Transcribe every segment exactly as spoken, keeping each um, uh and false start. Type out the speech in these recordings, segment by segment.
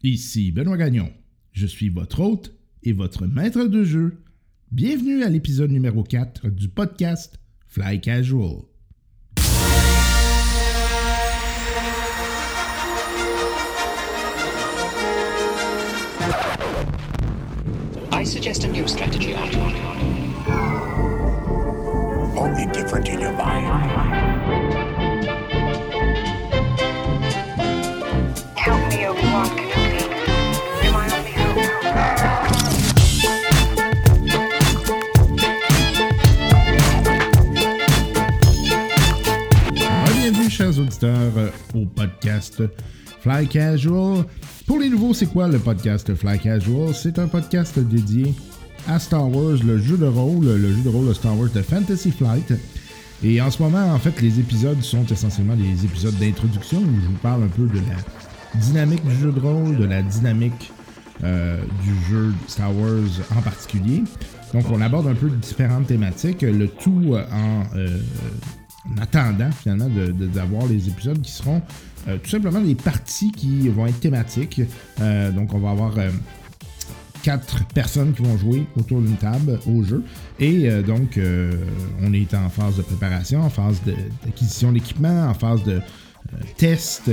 Ici Benoît Gagnon. Je suis votre hôte et votre maître de jeu. Bienvenue à l'épisode numéro quatre du podcast Fly Casual. I suggest a new strategy, Antoine. Only different in your mind. Help me, Obi-Wan Kenobi. You're my only hope. Bienvenue, chers auditeurs, au podcast Fly Casual. Pour les nouveaux, c'est quoi le podcast Fly Casual? C'est un podcast dédié à Star Wars, le jeu de rôle, le jeu de rôle de Star Wars de Fantasy Flight. Et en ce moment, en fait, les épisodes sont essentiellement des épisodes d'introduction où je vous parle un peu de la dynamique du jeu de rôle, de la dynamique euh, du jeu Star Wars en particulier. Donc, on aborde un peu différentes thématiques, le tout en, euh, en attendant finalement de, de, d'avoir les épisodes qui seront euh, tout simplement des parties qui vont être thématiques. Euh, donc, on va avoir euh, quatre personnes qui vont jouer autour d'une table au jeu. Et euh, donc, euh, on est en phase de préparation, en phase de, d'acquisition d'équipement, en phase de euh, test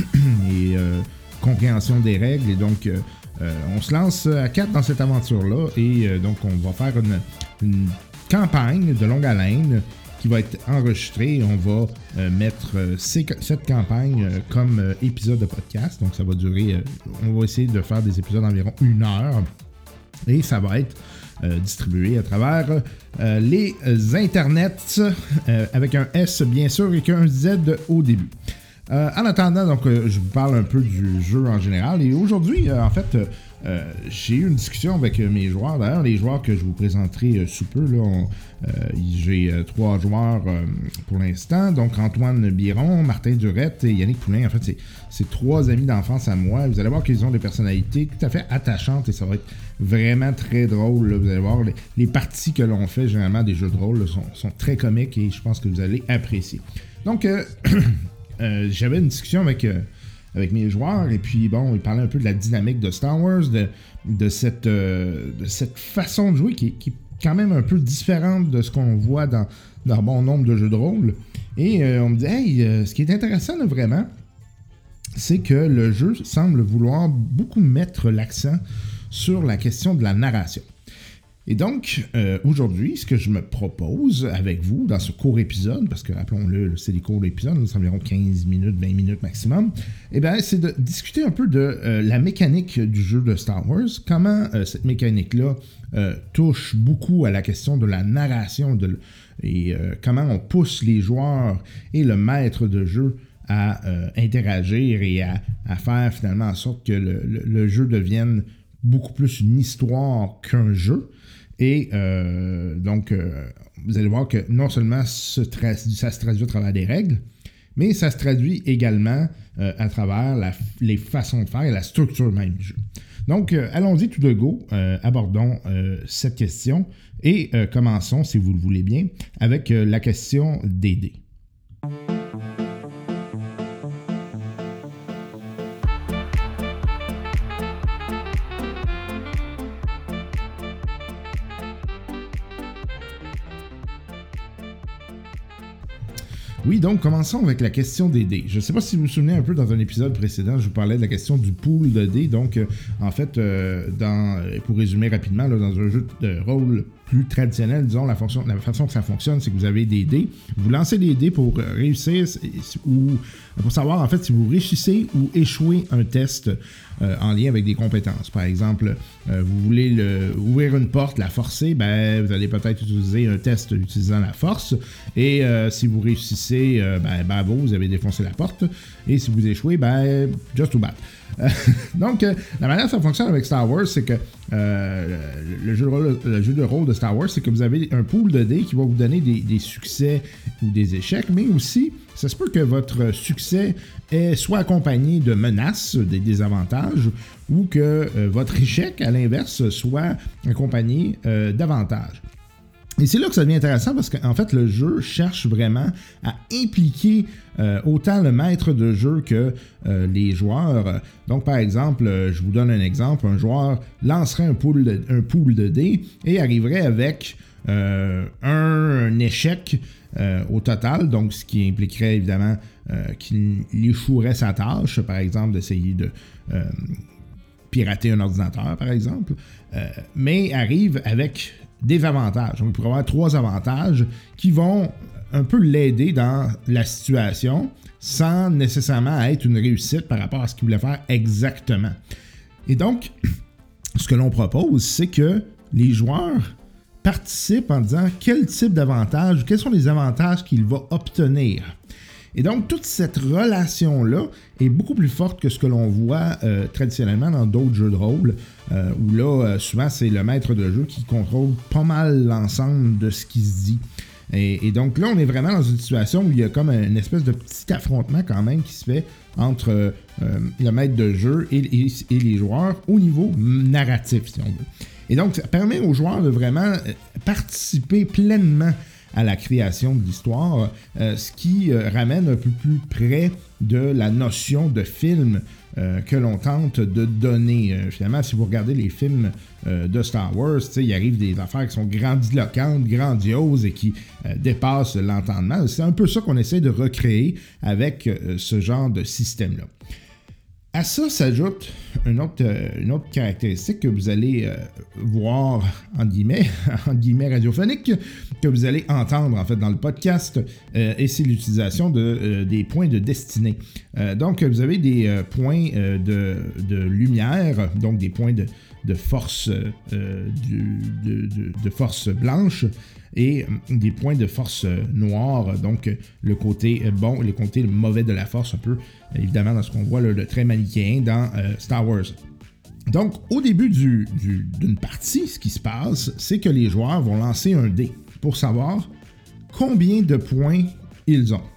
et euh, compréhension des règles. Et donc, euh, euh, on se lance à quatre dans cette aventure-là. Et euh, donc, on va faire une, une campagne de longue haleine qui va être enregistrée. On va euh, mettre euh, ces, cette campagne euh, comme euh, épisode de podcast. Donc, ça va durer... Euh, on va essayer de faire des épisodes d'environ une heure. Et ça va être euh, distribué à travers euh, les internets euh, avec un S bien sûr et qu'un Z au début. Euh, en attendant, donc, euh, je vous parle un peu du jeu en général. Et aujourd'hui, euh, en fait, euh, euh, j'ai eu une discussion avec euh, mes joueurs. D'ailleurs, les joueurs que je vous présenterai euh, sous peu, là, on, euh, j'ai euh, trois joueurs euh, pour l'instant. Donc, Antoine Biron, Martin Durette et Yannick Poulain. En fait, c'est, c'est trois amis d'enfance à moi. Vous allez voir qu'ils ont des personnalités tout à fait attachantes et ça va être vraiment très drôle. Là. Vous allez voir, les, les parties que l'on fait, généralement, des jeux de rôle là, sont, sont très comiques et je pense que vous allez apprécier. Donc, euh, Euh, j'avais une discussion avec, euh, avec mes joueurs et puis bon, ils parlaient un peu de la dynamique de Star Wars, de, de, cette, euh, de cette façon de jouer qui, qui est quand même un peu différente de ce qu'on voit dans, dans bon nombre de jeux de rôle. Et euh, on me dit, hey, euh, ce qui est intéressant là, vraiment, c'est que le jeu semble vouloir beaucoup mettre l'accent sur la question de la narration. Et donc, euh, aujourd'hui, ce que je me propose avec vous dans ce court épisode, parce que rappelons-le, c'est des courts épisodes, c'est environ quinze minutes, vingt minutes maximum, eh bien, c'est de discuter un peu de euh, la mécanique du jeu de Star Wars, comment euh, cette mécanique-là euh, touche beaucoup à la question de la narration de, et euh, comment on pousse les joueurs et le maître de jeu à euh, interagir et à, à faire finalement en sorte que le, le, le jeu devienne beaucoup plus une histoire qu'un jeu. Et euh, donc, euh, vous allez voir que non seulement se tra- ça se traduit à travers des règles, mais ça se traduit également euh, à travers la, les façons de faire et la structure même du jeu. Donc, euh, allons-y tout de go, euh, abordons euh, cette question et euh, commençons, si vous le voulez bien, avec euh, la question des dés. Oui, donc commençons avec la question des dés. Je ne sais pas si vous vous souvenez un peu dans un épisode précédent, je vous parlais de la question du pool de dés. Donc, euh, en fait, euh, dans, pour résumer rapidement, là, dans un jeu de rôle plus traditionnel, disons, la, fonction, la façon que ça fonctionne, c'est que vous avez des dés. Vous lancez des dés pour réussir ou pour savoir, en fait, si vous réussissez ou échouez un test euh, en lien avec des compétences. Par exemple, euh, vous voulez le, ouvrir une porte, la forcer, ben, vous allez peut-être utiliser un test utilisant la force. Et euh, si vous réussissez, euh, ben, bravo, vous avez défoncé la porte. Et si vous échouez, ben, just too bad. Euh, donc, euh, la manière dont ça fonctionne avec Star Wars, c'est que euh, le, jeu de rôle, le jeu de rôle de Star Wars, c'est que vous avez un pool de dés qui va vous donner des, des succès ou des échecs, mais aussi, ça se peut que votre succès est soit accompagné de menaces, des désavantages, ou que euh, votre échec, à l'inverse, soit accompagné euh, d'avantages. Et c'est là que ça devient intéressant parce qu'en fait, le jeu cherche vraiment à impliquer euh, autant le maître de jeu que euh, les joueurs. Donc, par exemple, euh, je vous donne un exemple. Un joueur lancerait un pool de, un pool de dés et arriverait avec euh, un, un échec euh, au total, donc ce qui impliquerait évidemment euh, qu'il échouerait sa tâche, par exemple, d'essayer de... Euh, pirater un ordinateur, par exemple, euh, mais arrive avec des avantages. Donc, il pourrait avoir trois avantages qui vont un peu l'aider dans la situation sans nécessairement être une réussite par rapport à ce qu'il voulait faire exactement. Et donc, ce que l'on propose, c'est que les joueurs participent en disant quel type d'avantages, quels sont les avantages qu'il va obtenir. Et donc, toute cette relation-là est beaucoup plus forte que ce que l'on voit euh, traditionnellement dans d'autres jeux de rôle, euh, où là, euh, souvent, c'est le maître de jeu qui contrôle pas mal l'ensemble de ce qui se dit. Et, et donc là, on est vraiment dans une situation où il y a comme une espèce de petit affrontement quand même qui se fait entre euh, le maître de jeu et, et, et les joueurs au niveau narratif, si on veut. Et donc, ça permet aux joueurs de vraiment participer pleinement à la création de l'histoire, euh, ce qui euh, ramène un peu plus près de la notion de film euh, que l'on tente de donner. Euh, finalement, si vous regardez les films euh, de Star Wars, il arrive des affaires qui sont grandiloquentes, grandioses et qui euh, dépassent l'entendement. C'est un peu ça qu'on essaie de recréer avec euh, ce genre de système-là. À ça s'ajoute une autre, euh, une autre caractéristique que vous allez euh, voir, en guillemets, en guillemets radiophonique, que vous allez entendre en fait dans le podcast, euh, et c'est l'utilisation de, euh, des points de destinée. Euh, donc, vous avez des euh, points euh, de, de lumière, donc des points de, de force euh, du, de, de, de force blanche, et des points de force noire, donc le côté bon et le côté mauvais de la force, un peu évidemment dans ce qu'on voit là, le très manichéen dans euh, Star Wars. Donc au début du, du, d'une partie, ce qui se passe, c'est que les joueurs vont lancer un dé pour savoir combien de points ils ont.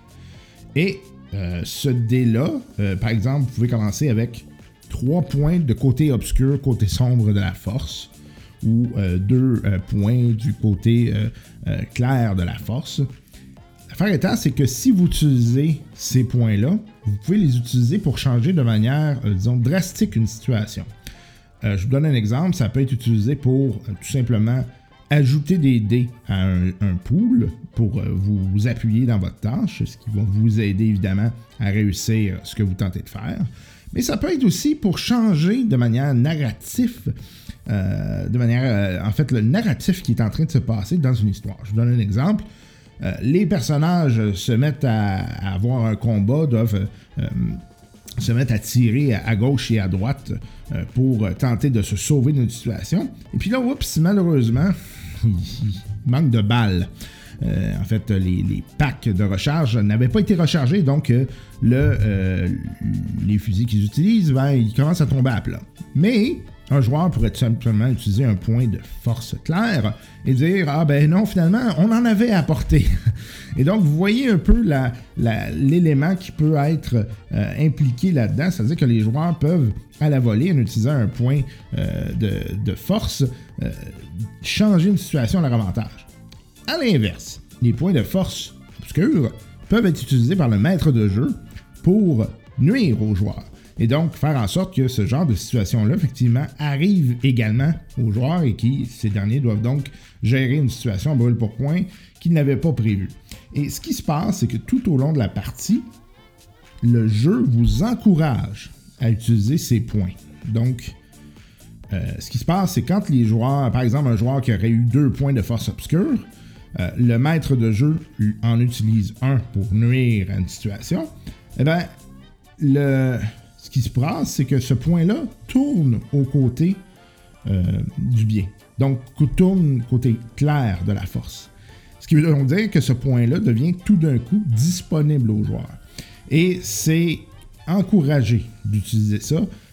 Et euh, ce dé-là, euh, par exemple, vous pouvez commencer avec trois points de côté obscur, côté sombre de la force, ou euh, deux euh, points du côté euh, euh, clair de la force. L'affaire étant, c'est que si vous utilisez ces points-là, vous pouvez les utiliser pour changer de manière, euh, disons, drastique une situation. Euh, je vous donne un exemple, ça peut être utilisé pour euh, tout simplement ajouter des dés à un, un pool pour euh, vous, vous appuyer dans votre tâche, ce qui va vous aider évidemment à réussir ce que vous tentez de faire. Mais ça peut être aussi pour changer de manière narrative, euh, de manière, euh, en fait, le narratif qui est en train de se passer dans une histoire. Je vous donne un exemple. Euh, les personnages se mettent à, à avoir un combat, doivent euh, se mettre à tirer à, à gauche et à droite euh, pour tenter de se sauver d'une situation. Et puis là, oups, malheureusement, il manque de balles. Euh, en fait, les, les packs de recharge n'avaient pas été rechargés, donc euh, le, euh, les fusils qu'ils utilisent, ben, ils commencent à tomber à plat. Mais un joueur pourrait tout simplement utiliser un point de force claire et dire « Ah ben non, finalement, on en avait apporté. » Et donc, vous voyez un peu la, la, l'élément qui peut être euh, impliqué là-dedans, c'est-à-dire que les joueurs peuvent, à la volée, en utilisant un point euh, de, de force, euh, changer une situation à leur avantage. À l'inverse, les points de force obscurs peuvent être utilisés par le maître de jeu pour nuire aux joueurs. Et donc, faire en sorte que ce genre de situation-là, effectivement, arrive également aux joueurs et qui, ces derniers, doivent donc gérer une situation brûle pour point qu'ils n'avaient pas prévue. Et ce qui se passe, c'est que tout au long de la partie, le jeu vous encourage à utiliser ces points. Donc, euh, ce qui se passe, c'est quand les joueurs, par exemple, un joueur qui aurait eu deux points de force obscure, Euh, le maître de jeu en utilise un pour nuire à une situation, eh bien, le, ce qui se passe, c'est que ce point-là tourne au côté euh, du bien. Donc, tourne côté clair de la force. Ce qui veut donc dire que ce point-là devient tout d'un coup disponible aux joueurs. Et c'est encouragé d'utiliser ça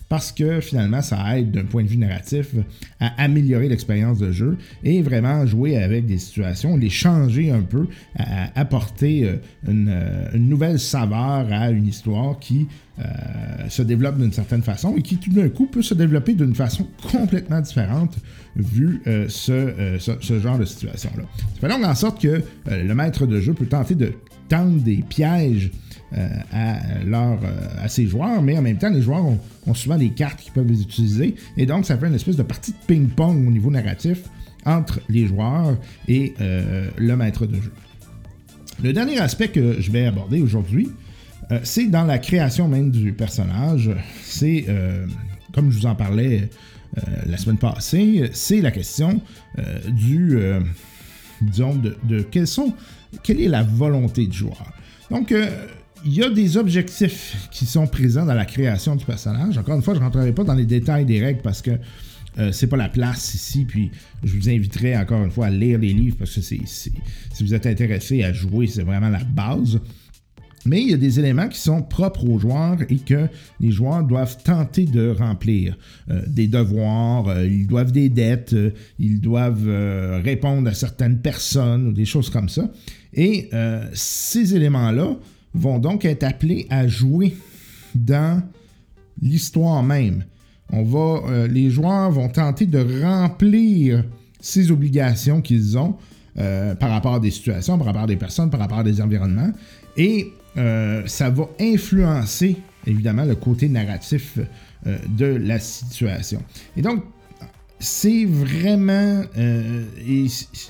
parce que finalement, ça aide d'un point de vue narratif à améliorer l'expérience de jeu et vraiment jouer avec des situations, les changer un peu, à apporter une, une nouvelle saveur à une histoire qui euh, se développe d'une certaine façon et qui tout d'un coup peut se développer d'une façon complètement différente vu euh, ce, euh, ce, ce genre de situation-là. Ça fait donc en sorte que euh, le maître de jeu peut tenter de tendre des pièges Euh, à, leur, euh, à ses joueurs, mais en même temps, les joueurs ont, ont souvent des cartes qui peuvent les utiliser, et donc ça fait une espèce de partie de ping-pong au niveau narratif entre les joueurs et euh, le maître de jeu. Le dernier aspect que je vais aborder aujourd'hui, euh, c'est dans la création même du personnage. C'est, euh, comme je vous en parlais euh, la semaine passée, c'est la question euh, du, euh, disons, de, de quels sont, quelle est la volonté du joueur. Donc, euh, il y a des objectifs qui sont présents dans la création du personnage. Encore une fois, je ne rentrerai pas dans les détails des règles parce que euh, c'est pas la place ici. Puis je vous inviterai encore une fois à lire les livres parce que c'est, c'est, si vous êtes intéressé à jouer, c'est vraiment la base. Mais il y a des éléments qui sont propres aux joueurs et que les joueurs doivent tenter de remplir. Euh, des devoirs, euh, ils doivent des dettes, euh, ils doivent euh, répondre à certaines personnes ou des choses comme ça. Et euh, ces éléments-là vont donc être appelés à jouer dans l'histoire même. On va, euh, les joueurs vont tenter de remplir ces obligations qu'ils ont euh, par rapport à des situations, par rapport à des personnes, par rapport à des environnements. Et euh, ça va influencer, évidemment, le côté narratif euh, de la situation. Et donc, c'est vraiment... Euh, et,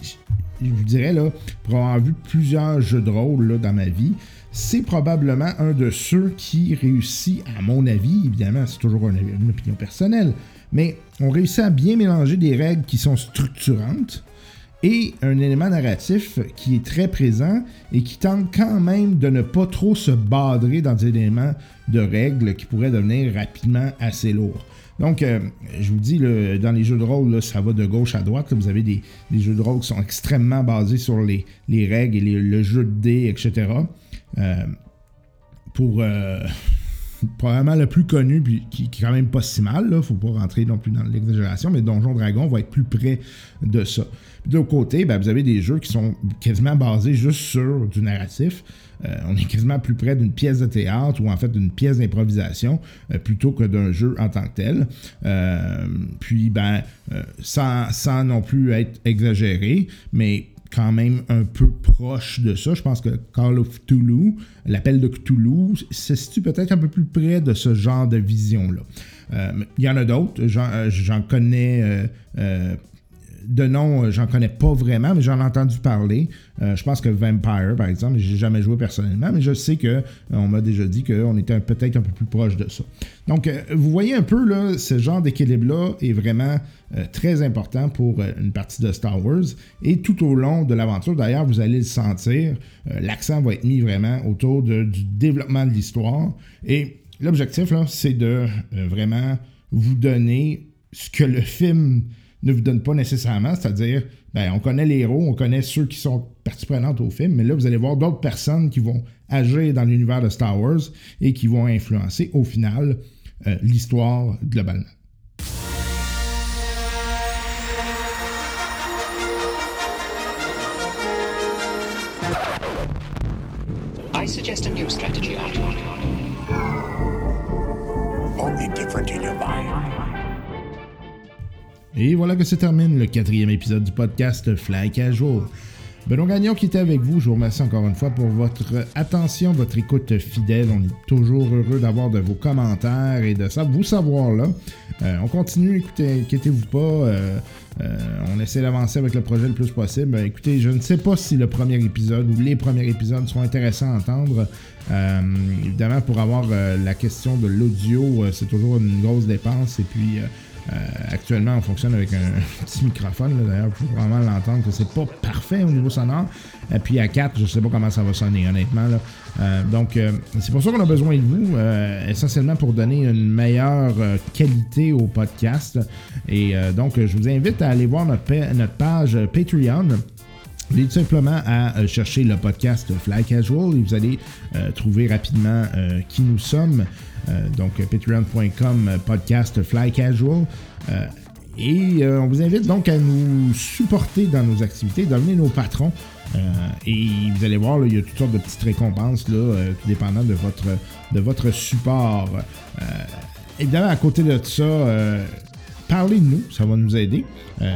je vous dirais, là, pour avoir vu plusieurs jeux de rôle là, dans ma vie, c'est probablement un de ceux qui réussit, à mon avis, évidemment, c'est toujours une, une opinion personnelle, mais on réussit à bien mélanger des règles qui sont structurantes et un élément narratif qui est très présent et qui tente quand même de ne pas trop se badrer dans des éléments de règles qui pourraient devenir rapidement assez lourds. Donc, euh, je vous dis, là, dans les jeux de rôle, là, ça va de gauche à droite. Là, vous avez des, des jeux de rôle qui sont extrêmement basés sur les, les règles et les, le jeu de dés, et cetera. Euh, pour euh, probablement le plus connu, puis qui, qui est quand même pas si mal, il ne faut pas rentrer non plus dans l'exagération, mais Donjon Dragon va être plus près de ça. Puis de l'autre côté, ben, vous avez des jeux qui sont quasiment basés juste sur du narratif. Euh, on est quasiment plus près d'une pièce de théâtre ou en fait d'une pièce d'improvisation euh, plutôt que d'un jeu en tant que tel. Euh, puis, ben, euh, sans, sans non plus être exagéré, mais quand même un peu proche de ça. Je pense que Call of Cthulhu, l'appel de Cthulhu, se situe peut-être un peu plus près de ce genre de vision-là. Euh, il y en a d'autres, j'en, euh, j'en connais... Euh, euh, de nom, j'en connais pas vraiment, mais j'en ai entendu parler. Euh, je pense que Vampire, par exemple, j'ai jamais joué personnellement, mais je sais que euh, on m'a déjà dit qu'on était un, peut-être un peu plus proche de ça. Donc, euh, vous voyez un peu, là, ce genre d'équilibre-là est vraiment euh, très important pour euh, une partie de Star Wars. Et tout au long de l'aventure, d'ailleurs, vous allez le sentir, euh, l'accent va être mis vraiment autour de, du développement de l'histoire. Et l'objectif, là, c'est de euh, vraiment vous donner ce que le film ne vous donne pas nécessairement, c'est-à-dire, ben, on connaît les héros, on connaît ceux qui sont partie prenante au film, mais là, vous allez voir d'autres personnes qui vont agir dans l'univers de Star Wars et qui vont influencer, au final, euh, l'histoire globalement. I suggest a new strategy item. Only different in your mind. Et voilà que se termine le quatrième épisode du podcast Fly Casual. Benoît Gagnon qui était avec vous, je vous remercie encore une fois pour votre attention, votre écoute fidèle. On est toujours heureux d'avoir de vos commentaires et de ça, vous savoir là. Euh, on continue, écoutez, inquiétez-vous pas, euh, euh, on essaie d'avancer avec le projet le plus possible. Euh, écoutez, je ne sais pas si le premier épisode ou les premiers épisodes seront intéressants à entendre. Euh, évidemment, pour avoir euh, la question de l'audio, euh, c'est toujours une grosse dépense et puis... Euh, Euh, actuellement, on fonctionne avec un petit microphone, là, d'ailleurs, pour vraiment l'entendre que c'est pas parfait au niveau sonore. Et puis à quatre, je sais pas comment ça va sonner, honnêtement. Là. Euh, donc, euh, c'est pour ça qu'on a besoin de vous, euh, essentiellement pour donner une meilleure euh, qualité au podcast. Et euh, donc, je vous invite à aller voir notre, pa- notre page Patreon. Vous avez tout simplement à euh, chercher le podcast Fly Casual et vous allez euh, trouver rapidement euh, qui nous sommes. Euh, donc, patreon point com podcast Fly Casual. Euh, et euh, on vous invite donc à nous supporter dans nos activités, devenir nos patrons. Euh, et vous allez voir, là, il y a toutes sortes de petites récompenses, là, euh, tout dépendant de votre, de votre support. Euh, évidemment, à côté de ça, euh, parlez de nous, ça va nous aider. Euh,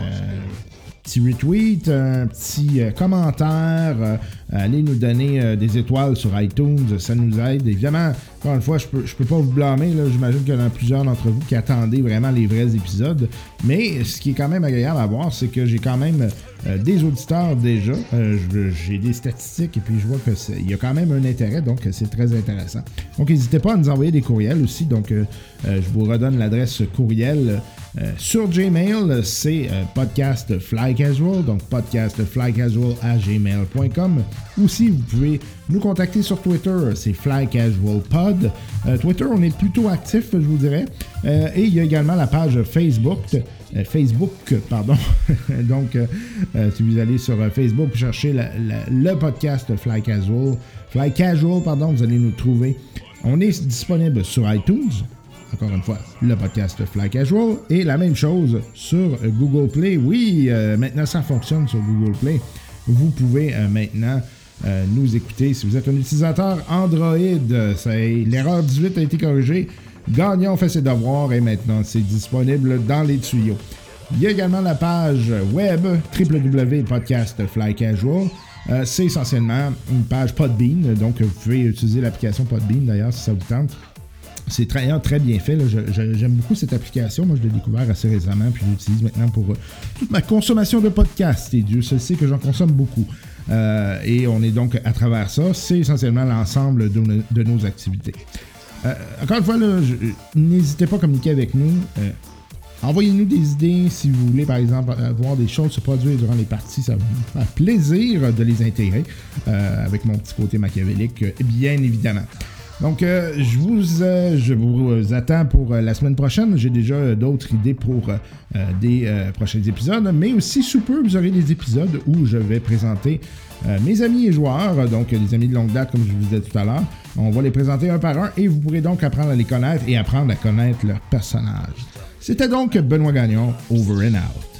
petit retweet, un petit euh, commentaire, euh, allez nous donner euh, des étoiles sur iTunes, ça nous aide. Évidemment, encore une fois, je peux, je peux pas vous blâmer, là, j'imagine qu'il y en a plusieurs d'entre vous qui attendaient vraiment les vrais épisodes, mais ce qui est quand même agréable à voir, c'est que j'ai quand même euh, des auditeurs déjà, euh, j'ai des statistiques et puis je vois qu'il y a quand même un intérêt, donc c'est très intéressant. Donc n'hésitez pas à nous envoyer des courriels aussi, donc euh, euh, je vous redonne l'adresse courriel. Euh, sur Gmail, c'est euh, podcast Fly Casual, donc podcast Fly Casual à gmail point com. Aussi, vous pouvez nous contacter sur Twitter, c'est Fly Casual Pod. Euh, Twitter, on est plutôt actif, je vous dirais. Euh, et il y a également la page Facebook, euh, Facebook, pardon. donc, euh, euh, si vous allez sur Facebook, vous cherchez la, la, le podcast Fly Casual, Fly Casual, pardon, vous allez nous trouver. On est disponible sur iTunes. Encore une fois, le podcast Fly Casual. Et la même chose sur Google Play. Oui, euh, maintenant ça fonctionne sur Google Play. Vous pouvez euh, maintenant euh, nous écouter. Si vous êtes un utilisateur Android, ça, l'erreur dix-huit a été corrigée. Gagnon fait ses devoirs et maintenant c'est disponible dans les tuyaux. Il y a également la page web w w w point podcast Fly Casual. Euh, c'est essentiellement une page Podbean. Donc vous pouvez utiliser l'application Podbean d'ailleurs si ça vous tente. C'est très, très bien fait. Là. Je, je, j'aime beaucoup cette application. Moi, je l'ai découvert assez récemment, puis je l'utilise maintenant pour euh, toute ma consommation de podcasts. Et Dieu sait que j'en consomme beaucoup. Euh, et on est donc à travers ça. C'est essentiellement l'ensemble de, de nos activités. Euh, encore une fois, là, je, n'hésitez pas à communiquer avec nous. Euh, envoyez-nous des idées si vous voulez, par exemple, voir des choses se produire durant les parties. Ça va me faire plaisir de les intégrer euh, avec mon petit côté machiavélique, bien évidemment. Donc, euh, je, vous, euh, je vous attends pour euh, la semaine prochaine. J'ai déjà euh, d'autres idées pour euh, des euh, prochains épisodes. Mais aussi, sous peu, vous aurez des épisodes où je vais présenter euh, mes amis et joueurs, donc euh, des amis de longue date, comme je vous disais tout à l'heure. On va les présenter un par un et vous pourrez donc apprendre à les connaître et apprendre à connaître leurs personnages. C'était donc Benoît Gagnon, over and out.